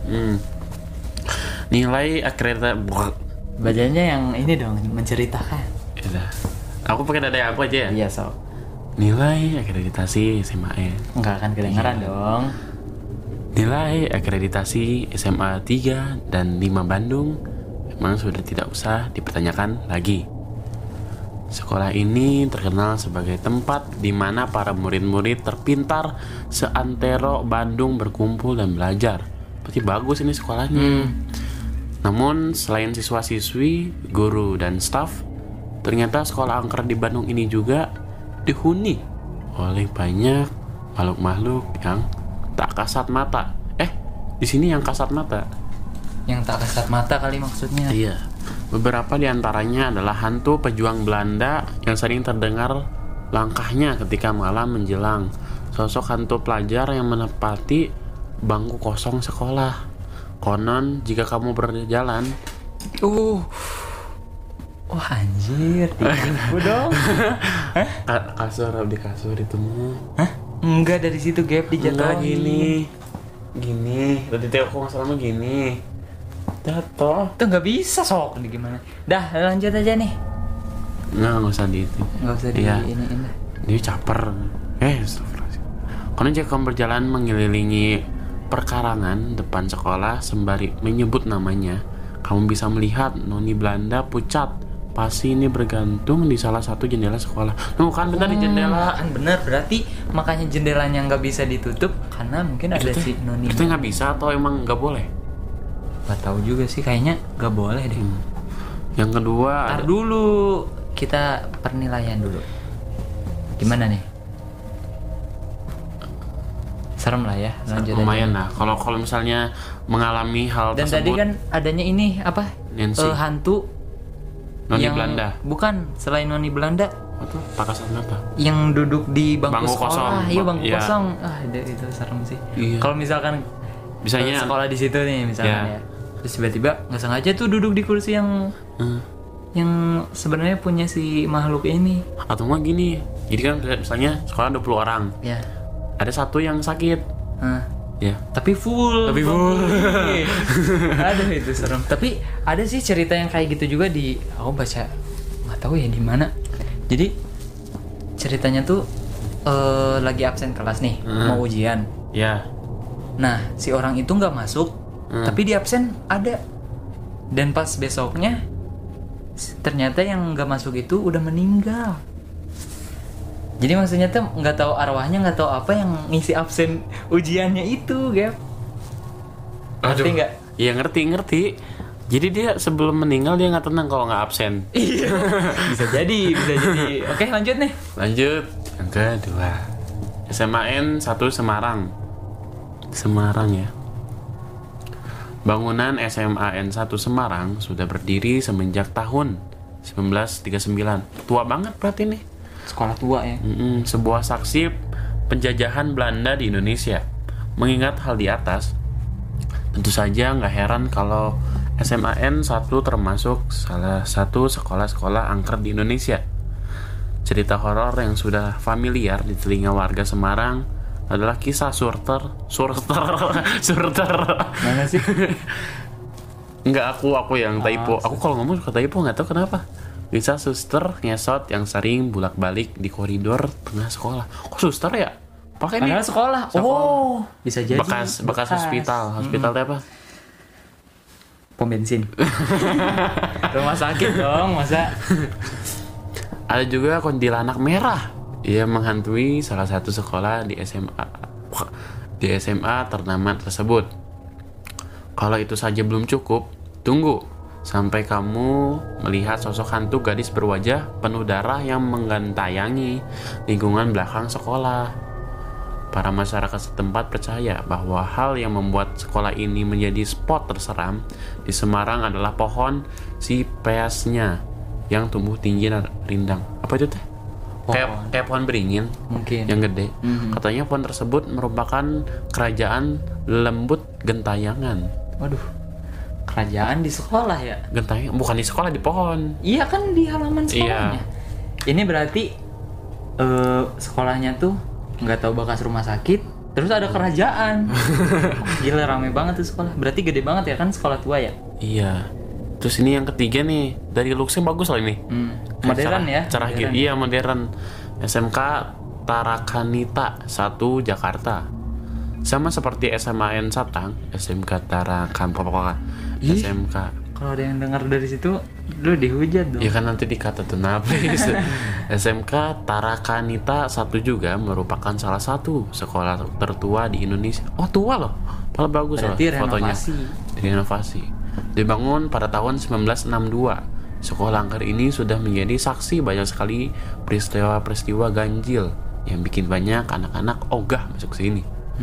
Nilai akreditasi. Bacanya yang ini dong, menceritakan. Ya. Aku pakai dada aku aja ya. Iya, so. Nilai akreditasi SMA. Nggak akan kedengeran dong. Nilai akreditasi SMA 3 dan 5 Bandung memang sudah tidak usah dipertanyakan lagi. Sekolah ini terkenal sebagai tempat di mana para murid-murid terpintar seantero Bandung berkumpul dan belajar. Berarti bagus ini sekolahnya. Namun selain siswa-siswi, guru dan staf, ternyata sekolah angker di Bandung ini juga dihuni oleh banyak makhluk-makhluk yang tak kasat mata. Di sini yang kasat mata. Yang tak kasat mata kali maksudnya. Iya. Beberapa di antaranya adalah hantu pejuang Belanda yang sering terdengar langkahnya ketika malam menjelang. Sosok hantu pelajar yang menempati bangku kosong sekolah. Konon jika kamu berjalan, wah anjir, tipu dong. kasur di kasur itu mah. Hah? Enggak, dari situ gap dijatuhin. Gini. Tadi aku nggak salah gini. Jatuh. Itu nggak bisa sok. Gimana? Dah lanjut aja nih. Nggak usah di itu. Nggak usah di ini. Dia caper. Karena jika kamu berjalan mengelilingi perkarangan depan sekolah sembari menyebut namanya, kamu bisa melihat noni Belanda pucat pasti ini bergantung di salah satu jendela sekolah. Kan benar di jendela. Kan benar, berarti makanya jendelanya nggak bisa ditutup karena mungkin ada si noni. Itu nggak bisa atau emang nggak boleh? Gak tahu juga sih, kayaknya nggak boleh deh. Yang kedua, Ntar dulu kita penilaian dulu. Gimana nih? Serem lah ya. Lanjut lumayan aja. lah. Kalau misalnya mengalami hal dan tersebut. Dan tadi kan adanya ini apa? Hantu. Noni Belanda. Bukan, selain noni Belanda. Itu pakasat apa? Yang duduk di bangku sekolah. Kosong. Iya, bangku kosong. Itu serem sih. Iya. Kalau misalkan misalnya sekolah di situ nih misalnya ya. Terus tiba-tiba nggak sengaja tuh duduk di kursi yang sebenarnya punya si makhluk ini. Atau mah gini. Jadi kan misalnya sekolah 20 orang. Ya. Ada satu yang sakit. Ya. Tapi full. Aduh itu serem. Tapi ada sih cerita yang kayak gitu juga aku baca nggak tahu ya di mana. Jadi ceritanya tuh lagi absen kelas nih, mau ujian. Ya. Nah si orang itu nggak masuk, tapi di absen ada. Dan pas besoknya ternyata yang nggak masuk itu udah meninggal. Jadi maksudnya tuh nggak tahu arwahnya, nggak tahu apa yang ngisi absen ujiannya itu, Gap. Ngerti nggak? Iya ngerti. Jadi dia sebelum meninggal dia nggak tenang kalau nggak absen. Iya. bisa jadi. Oke lanjut nih. Lanjut yang kedua. SMAN 1 Semarang ya. Bangunan SMAN 1 Semarang sudah berdiri semenjak tahun 1939. Tua banget berarti nih. Sekolah tua ya. Sebuah saksi penjajahan Belanda di Indonesia. Mengingat hal di atas, tentu saja nggak heran kalau SMAN 1 termasuk salah satu sekolah-sekolah angker di Indonesia. Cerita horor yang sudah familiar di telinga warga Semarang adalah kisah surter. Mana sih? Enggak, aku yang typo. Aku kalau ngomong suka typo, nggak tahu kenapa. Kisah suster ngesot yang sering bolak-balik di koridor tengah sekolah. Kok suster ya? Pakai nih. Sekolah. Oh, bisa jadi. Bekas hospital. Hospitalnya apa? Pom bensin. Rumah sakit dong, masa. Ada juga kuntilanak merah. Ia menghantui salah satu sekolah di SMA ternama tersebut. Kalau itu saja belum cukup, tunggu sampai kamu melihat sosok hantu gadis berwajah penuh darah yang menggentayangi lingkungan belakang sekolah. Para masyarakat setempat percaya bahwa hal yang membuat sekolah ini menjadi spot terseram di Semarang adalah pohon sipeasnya yang tumbuh tinggi dan rindang. Apa itu teh? Kayak pohon beringin mungkin yang gede. Katanya pohon tersebut merupakan kerajaan lembut gentayangan. Waduh. Kerajaan di sekolah ya? Gentayangan bukan di sekolah, di pohon. Iya kan di halaman sekolahnya. Iya. Ini berarti sekolahnya tuh nggak tahu bekas rumah sakit, terus ada kerajaan. Gila rame banget tuh sekolah. Berarti gede banget ya kan sekolah tua ya? Iya. Terus ini yang ketiga nih, dari looksnya bagus loh ini. Modern ya? Cerah gitu. Iya modern. SMK Tarakanita 1 Jakarta. Sama seperti SMAN Satang, SMK Tarakan SMK. Kalau ada yang dengar dari situ, lu dihujat dong. Ya kan nanti dikata tuh nafis. SMK Tarakanita 1 juga merupakan salah satu sekolah tertua di Indonesia. Oh tua loh, malah bagus loh fotonya. Direnovasi. Dibangun pada tahun 1962. Sekolah angker ini sudah menjadi saksi banyak sekali peristiwa-peristiwa ganjil yang bikin banyak anak-anak ogah masuk sini.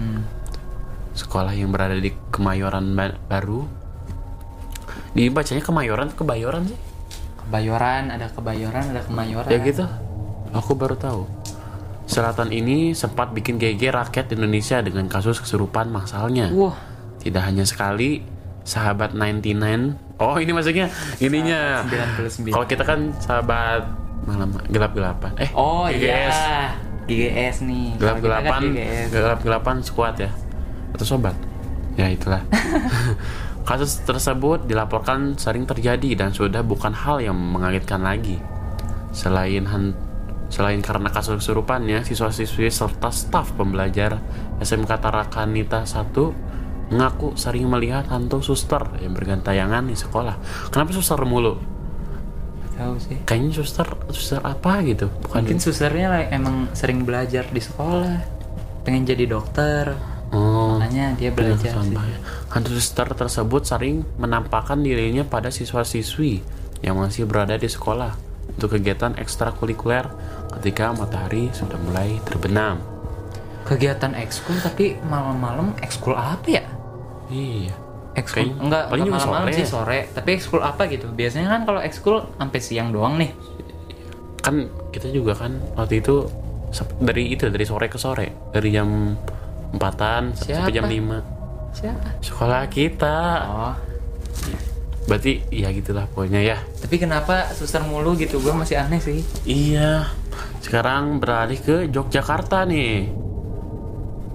Sekolah yang berada di Kemayoran Baru. Dibacanya Kebayoran sih? Kebayoran, ada Kemayoran. Ya gitu. Aku baru tahu. Selatan ini sempat bikin geger rakyat Indonesia dengan kasus kesurupan massalnya. Tidak hanya sekali, sahabat 99. Oh, ini maksudnya ininya. 99. Kalau kita kan sahabat malam gelap-gelapan. Oh GGS. Iya. GGS nih. Gelap-gelapan squad ya. Atau sobat. Ya itulah. Kasus tersebut dilaporkan sering terjadi dan sudah bukan hal yang mengagetkan lagi. Selain karena kasus kesurupannya, siswa-siswi serta staf pembelajar SMK Tarakanita 1 mengaku sering melihat hantu suster yang bergantayangan di sekolah. Kenapa suster mulu? Tahu sih. Kayaknya suster apa gitu. Mungkin susternya emang sering belajar di sekolah. Pengen jadi dokter. Makanya dia belajar. Hantu suster tersebut sering menampakkan dirinya pada siswa-siswi yang masih berada di sekolah untuk kegiatan ekstrakurikuler ketika matahari sudah mulai terbenam. Kegiatan ekskul tapi malam-malam ekskul apa ya? Iya. Ekskul enggak malam-malam sih sore. Tapi ekskul apa gitu? Biasanya kan kalau ekskul sampai siang doang nih. Kan kita juga kan waktu itu dari sore ke sore, dari jam 4-an sampai jam 5. Siapa? Sekolah kita. Oh. Berarti ya gitulah pokoknya ya. Tapi kenapa suster mulu gitu? Gue masih aneh sih. Iya. Sekarang beralih ke Yogyakarta nih.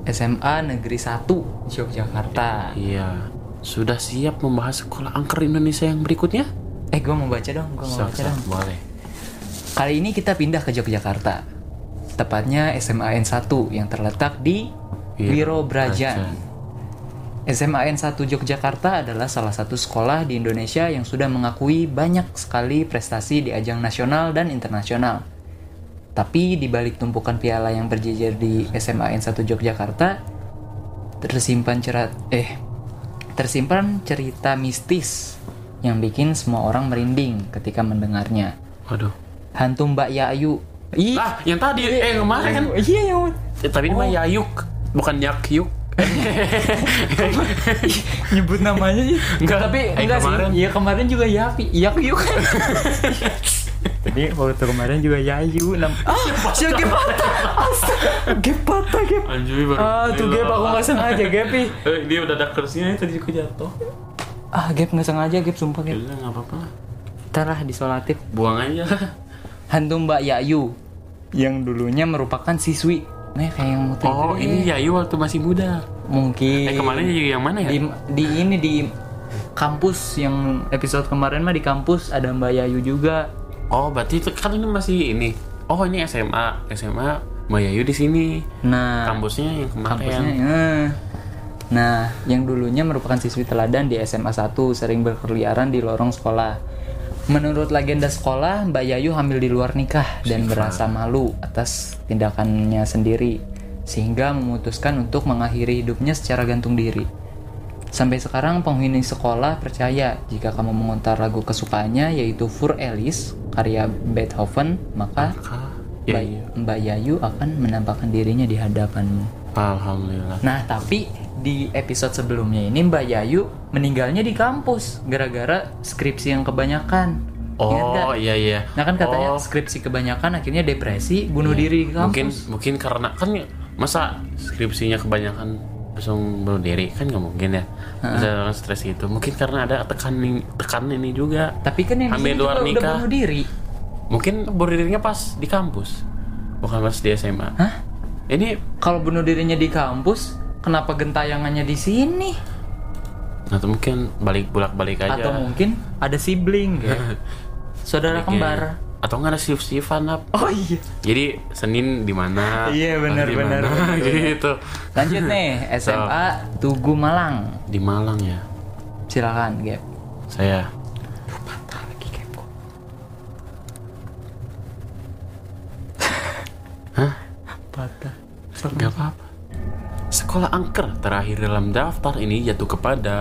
SMA Negeri 1 Yogyakarta. Iya. Sudah siap membahas sekolah angker Indonesia yang berikutnya? Gue mau baca dong. Boleh. Kali ini kita pindah ke Yogyakarta. Tepatnya SMA N1 yang terletak di Wiro Brajan. SMA N1 Yogyakarta adalah salah satu sekolah di Indonesia yang sudah mengakui banyak sekali prestasi di ajang nasional dan internasional. Tapi di balik tumpukan piala yang berjejer di SMA N1 Yogyakarta, tersimpan cerita mistis yang bikin semua orang merinding ketika mendengarnya. Waduh. Hantu Mbak Yayu. Yang tadi kemarin kan. Iya yang. Tapi ini mah Yayuk, bukan Yakyuk. Nyebut namanya sih. Enggak kemarin. sih. Iya kemarin juga Yakyuk. Jadi waktu kemarin juga Yayu Gep patah. Anjir baru. Tuh Gep aku gak sengaja Gep. Dia udah ada kursinya tadi juga jatuh. Gep gak sengaja Gep, sumpah Gep. Udah gak apa-apa. Ntar lah disolatif. Buang aja. Hantu Mbak Yayu yang dulunya merupakan siswi. Kayak yang muter. Ini Yayu waktu masih muda. Mungkin. Kemarin Yayu yang mana ya? Di kampus yang episode kemarin mah di kampus ada Mbak Yayu juga. Berarti itu kan ini masih ini. Ini SMA Mbak Yayu di sini. Nah, kampusnya yang kemarin. Nah, yang dulunya merupakan siswi teladan di SMA 1 sering berkeliaran di lorong sekolah. Menurut legenda sekolah, Mbak Yayu hamil di luar nikah dan merasa malu atas tindakannya sendiri, sehingga memutuskan untuk mengakhiri hidupnya secara gantung diri. Sampai sekarang penghuni sekolah percaya jika kamu memutar lagu kesukaannya yaitu Für Elise karya Beethoven, maka Mbak Yayu akan menampakkan dirinya di hadapanmu. Alhamdulillah. Nah, tapi di episode sebelumnya ini Mbak Yayu meninggalnya di kampus gara-gara skripsi yang kebanyakan. Iya. Nah kan katanya skripsi kebanyakan akhirnya depresi, bunuh diri di kampus. Mungkin karena kan masa skripsinya kebanyakan langsung bunuh diri kan nggak mungkin ya. Bisa stres gitu. Mungkin karena ada tekan ini juga. Tapi kan yang hamil luar nikah udah bunuh diri. Mungkin bunuh dirinya pas di kampus, bukan pas di SMA. Ini kalau bunuh dirinya di kampus, kenapa gentayangannya di sini? Atau mungkin bolak-balik aja. Atau mungkin ada sibling ya. Saudara kembar. Atau nggak ada shift-shiftan up. Iya. Jadi Senin di mana? Iya benar. Gitu. Lanjut nih, SMA Tugu Malang. Di Malang ya. Silakan, Gap. Saya. Patah lagi Gapku. Patah. Gak apa-apa. Sekolah angker terakhir dalam daftar ini jatuh kepada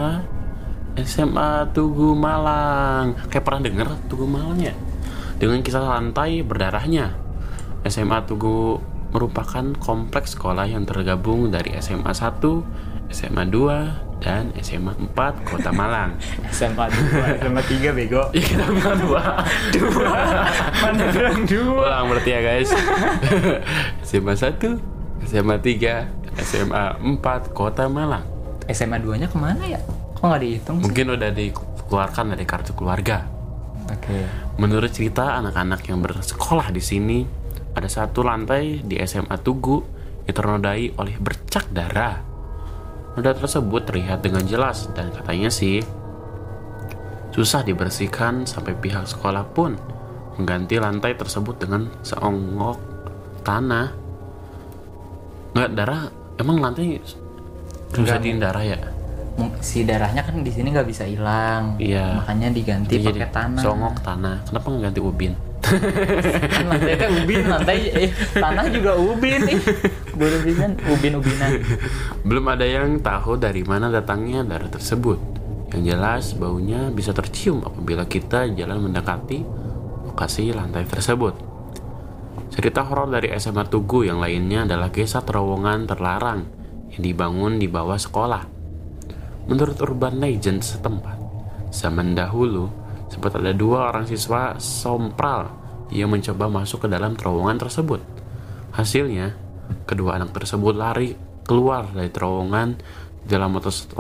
SMA Tugu Malang. Kayak pernah denger Tugu Malang ya? Dengan kisah lantai berdarahnya, SMA Tugu merupakan kompleks sekolah yang tergabung dari SMA 1, SMA 2, dan SMA 4 Kota Malang. SMA 2, SMA 3 bego. Ya kita bilang 2. Mana bilang 2? Ulang berarti ya guys. SMA 1, SMA 3, SMA 4 Kota Malang. SMA 2 nya kemana ya? Kok gak dihitung sih? Mungkin udah dikeluarkan dari kartu keluarga. Oke. Menurut cerita anak-anak yang bersekolah di sini, ada satu lantai di SMA Tugu yang ternodai oleh bercak darah. Noda tersebut terlihat dengan jelas dan katanya sih susah dibersihkan sampai pihak sekolah pun mengganti lantai tersebut dengan seonggok tanah. Nggak darah, emang lantai susah darah ya? Si darahnya kan di sini nggak bisa hilang, iya. Makanya diganti pakai tanah. Songok tanah. Kenapa nggak ganti ubin? Kan lantainya ubin, tanah juga ubin nih. Boleh kan ubin-ubinan. Belum ada yang tahu dari mana datangnya darah tersebut. Yang jelas baunya bisa tercium apabila kita jalan mendekati lokasi lantai tersebut. Cerita horor dari SMA Tugu yang lainnya adalah kisah terowongan terlarang yang dibangun di bawah sekolah. Menurut urban legend setempat, zaman dahulu sempat ada 2 orang siswa sompral yang mencoba masuk ke dalam terowongan tersebut. Hasilnya, kedua anak tersebut lari keluar dari terowongan dalam motor.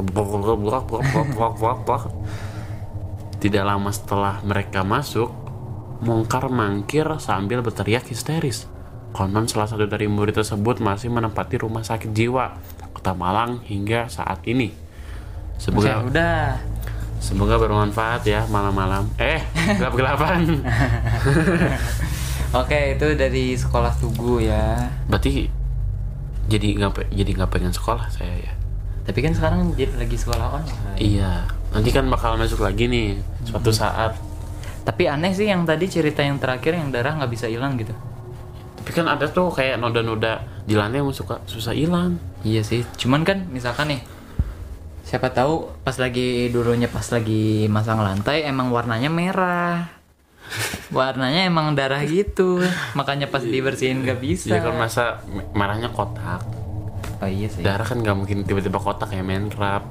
Tidak lama setelah mereka masuk, mongkar-mangkir sambil berteriak histeris. Konon salah satu dari murid tersebut masih menempati rumah sakit jiwa Kota Malang hingga saat ini. Semoga bermanfaat ya malam-malam. Gelap-gelapan. Oke, itu dari sekolah Tugu ya. Berarti jadi nggak pengen sekolah saya ya. Tapi kan sekarang lagi sekolah online. Iya, nanti kan bakal masuk lagi nih suatu saat. Tapi aneh sih yang tadi cerita yang terakhir yang darah nggak bisa hilang gitu. Tapi kan ada tuh kayak noda-noda di lantai yang susah hilang. Iya sih, cuman kan misalkan nih, siapa tahu pas lagi masang lantai emang warnanya merah. Warnanya emang darah gitu, makanya pas dibersihin nggak bisa. Iya kan masa marahnya kotak. Oh iya sih. Darah kan nggak mungkin tiba-tiba kotak kayak Minecraft.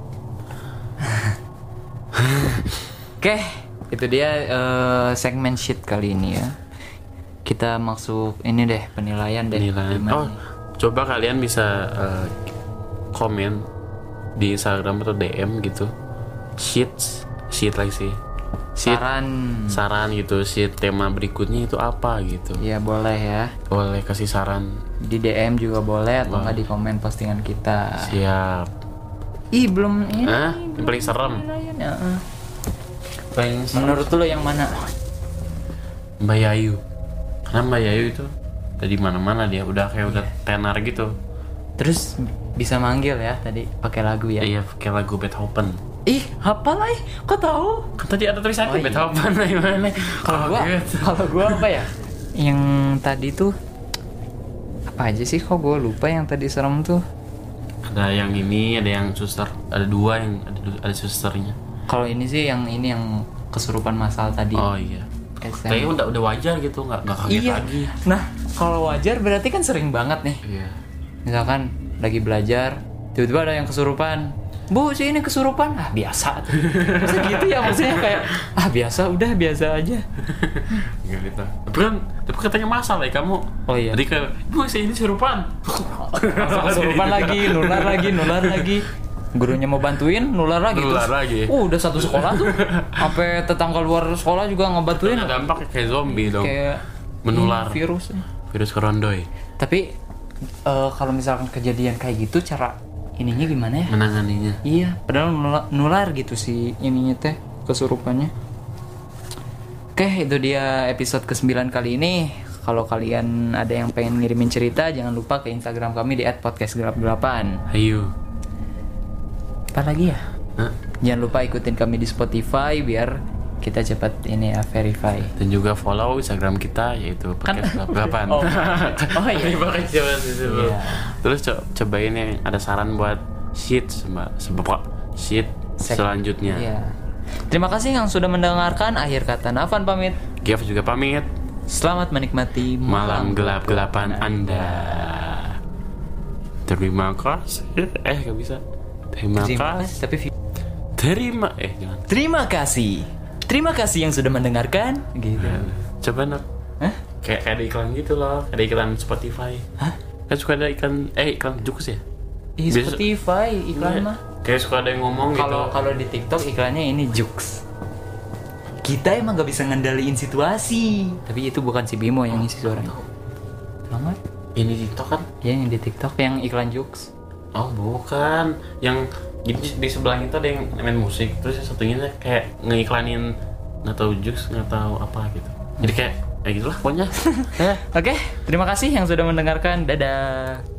Oke, itu dia segmen shit kali ini ya. Kita masuk ini deh, penilaian deh. Coba kalian bisa komen di Instagram atau DM gitu. Shit lagi sih. Saran gitu, tema berikutnya itu apa gitu. Iya boleh ya. Boleh kasih saran di DM juga boleh atau nggak di komen postingan kita. Siap. Belum ini. Yang paling serem. Menurut lo yang mana? Mbak Yayu. Karena Mbak Yayu itu dari mana-mana dia udah tenar gitu. Terus bisa manggil ya tadi pakai lagu ya. Iya, pakai lagu Beethoven. Hafal lah, kok tahu? Kan tadi ada tulisannya Beethoven gimana? Kalau gua apa ya? Yang tadi tuh apa aja sih, kok gua lupa yang tadi serem tuh. Ada yang ini, ada yang suster, ada dua yang ada susternya. Kalau ini sih yang kesurupan masal tadi. Oh iya. Kayaknya udah wajar gitu, nggak kaget lagi. Nah, kalau wajar berarti kan sering banget nih. Iya. Misalkan lagi belajar, tiba-tiba ada yang kesurupan. Bu, si ini kesurupan. Biasa tuh. Masa gitu ya, maksudnya kayak biasa aja. Enggak gitu. Tapi katanya masal ya kamu. Oh iya. Jadi kayak, bu si ini kesurupan. Kesurupan lagi, nular lagi. Gurunya mau bantuin, nular lagi. Udah satu sekolah tuh. Sampai tetangga luar sekolah juga ngebantuin. Dampaknya kayak zombie dong. Kayak menular. Virus Korondoy. Tapi kalau misalkan kejadian kayak gitu, cara ininya gimana ya? Menanganinya. Iya, padahal nular gitu sih ininya teh, kesurupannya. Oke, itu dia episode ke-9 kali ini. Kalau kalian ada yang pengen ngirimin cerita, jangan lupa ke Instagram kami di @podcastgelap-gelapan. Ayo. Apa lagi ya? Jangan lupa ikutin kami di Spotify biar kita cepat ini ya verify. Dan juga follow Instagram kita yaitu podcastgelap-gelapan. Iya. Terus cobain yang ada saran buat sheet selanjutnya. Iya. Terima kasih yang sudah mendengarkan. Akhir kata Nafan pamit. Gev juga pamit. Selamat menikmati malam gelap-gelapan Anda. Terima kasih. Gak bisa. Terima kasih. Terima kasih yang sudah mendengarkan. Gitu. Coba nak. Kayak ada iklan gitu loh. Ada iklan Spotify. Kan suka ada iklan Jux ya? Spotify iklan mah. Kayak suka ada yang ngomong gitu. Kalau di TikTok iklannya ini Jux. Kita emang gak bisa ngendaliin situasi. Tapi itu bukan si Bimo yang ngisi suara. Banget. Ini TikTok kan? Iya, yang di TikTok yang iklan Jux. Oh bukan. Yang di sebelahnya itu ada yang main musik. Terus yang satunya kayak ngeiklanin nggak tahu Jux, nggak tahu apa gitu. Jadi kayak gitulah pokoknya. Oke, terima kasih yang sudah mendengarkan. Dadah.